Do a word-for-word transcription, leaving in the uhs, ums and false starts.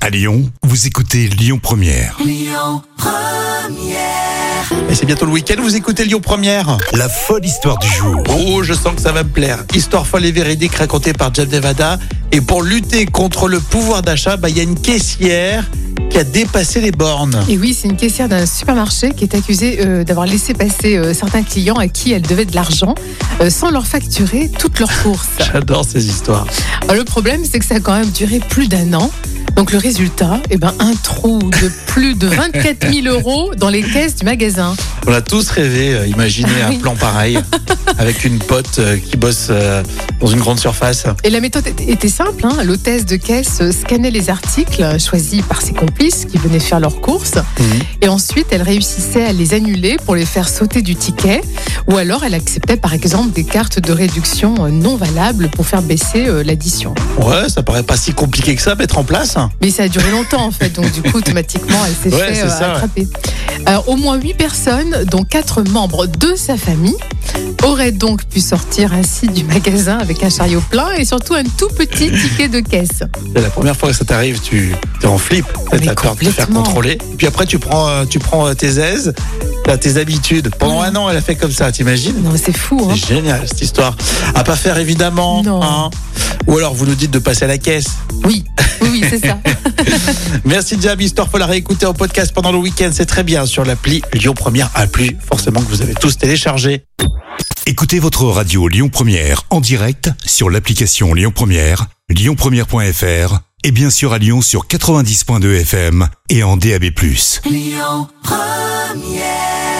À Lyon, vous écoutez Lyon Première. Lyon Première. Et c'est bientôt le week-end, vous écoutez Lyon Première. La folle histoire du jour. Oh, je sens que ça va me plaire. Histoire folle et véridique racontée par Jeff Nevada. Et pour lutter contre le pouvoir d'achat, bah, y a une caissière qui a dépassé les bornes. Et oui, c'est une caissière d'un supermarché qui est accusée euh, d'avoir laissé passer euh, certains clients à qui elle devait de l'argent euh, sans leur facturer toutes leurs courses. J'adore ces histoires. Alors, le problème, c'est que ça a quand même duré plus d'un an. Donc le résultat, eh ben, un trou de plus de vingt-quatre mille euros dans les caisses du magasin. On a tous rêvé, euh, imaginer Ah un oui. plan pareil avec une pote euh, qui bosse euh, dans une grande surface. Et la méthode était- était simple, hein. L'hôtesse de caisse euh, scannait les articles euh, choisis par ses complices qui venaient faire leurs courses. Et ensuite, elle réussissait à les annuler pour les faire sauter du ticket. Ou alors, elle acceptait par exemple des cartes de réduction euh, non valables pour faire baisser euh, l'addition. Ouais, ça paraît pas si compliqué que ça à mettre en place. Mais ça a duré longtemps en fait, donc du coup automatiquement elle s'est Ouais, fait c'est euh, ça, ouais. attraper. Alors, au moins huit personnes, dont quatre membres de sa famille, auraient donc pu sortir ainsi du magasin avec un chariot plein et surtout un tout petit ticket de caisse. C'est la première fois que ça t'arrive, tu es en flip, Mais t'as peur de te faire complètement. contrôler. Puis après, tu prends, euh, tu prends euh, tes aises, t'as tes habitudes. Pendant Ouais. un an, elle a fait comme ça, t'imagines? Non, c'est fou, hein. C'est génial cette histoire. À pas faire évidemment. Non. Hein. Ou alors vous nous dites de passer à la caisse. Oui, oui, oui, c'est ça. Merci Jam, histoire faut la réécouter en podcast pendant le week-end, c'est très bien sur l'appli Lyon Première Appli, forcément que vous avez tous téléchargé. Écoutez votre radio Lyon Première en direct sur l'application Lyon Première, lyon première point f r et bien sûr à Lyon sur quatre-vingt-dix point deux F M et en D A B plus. Lyon Première.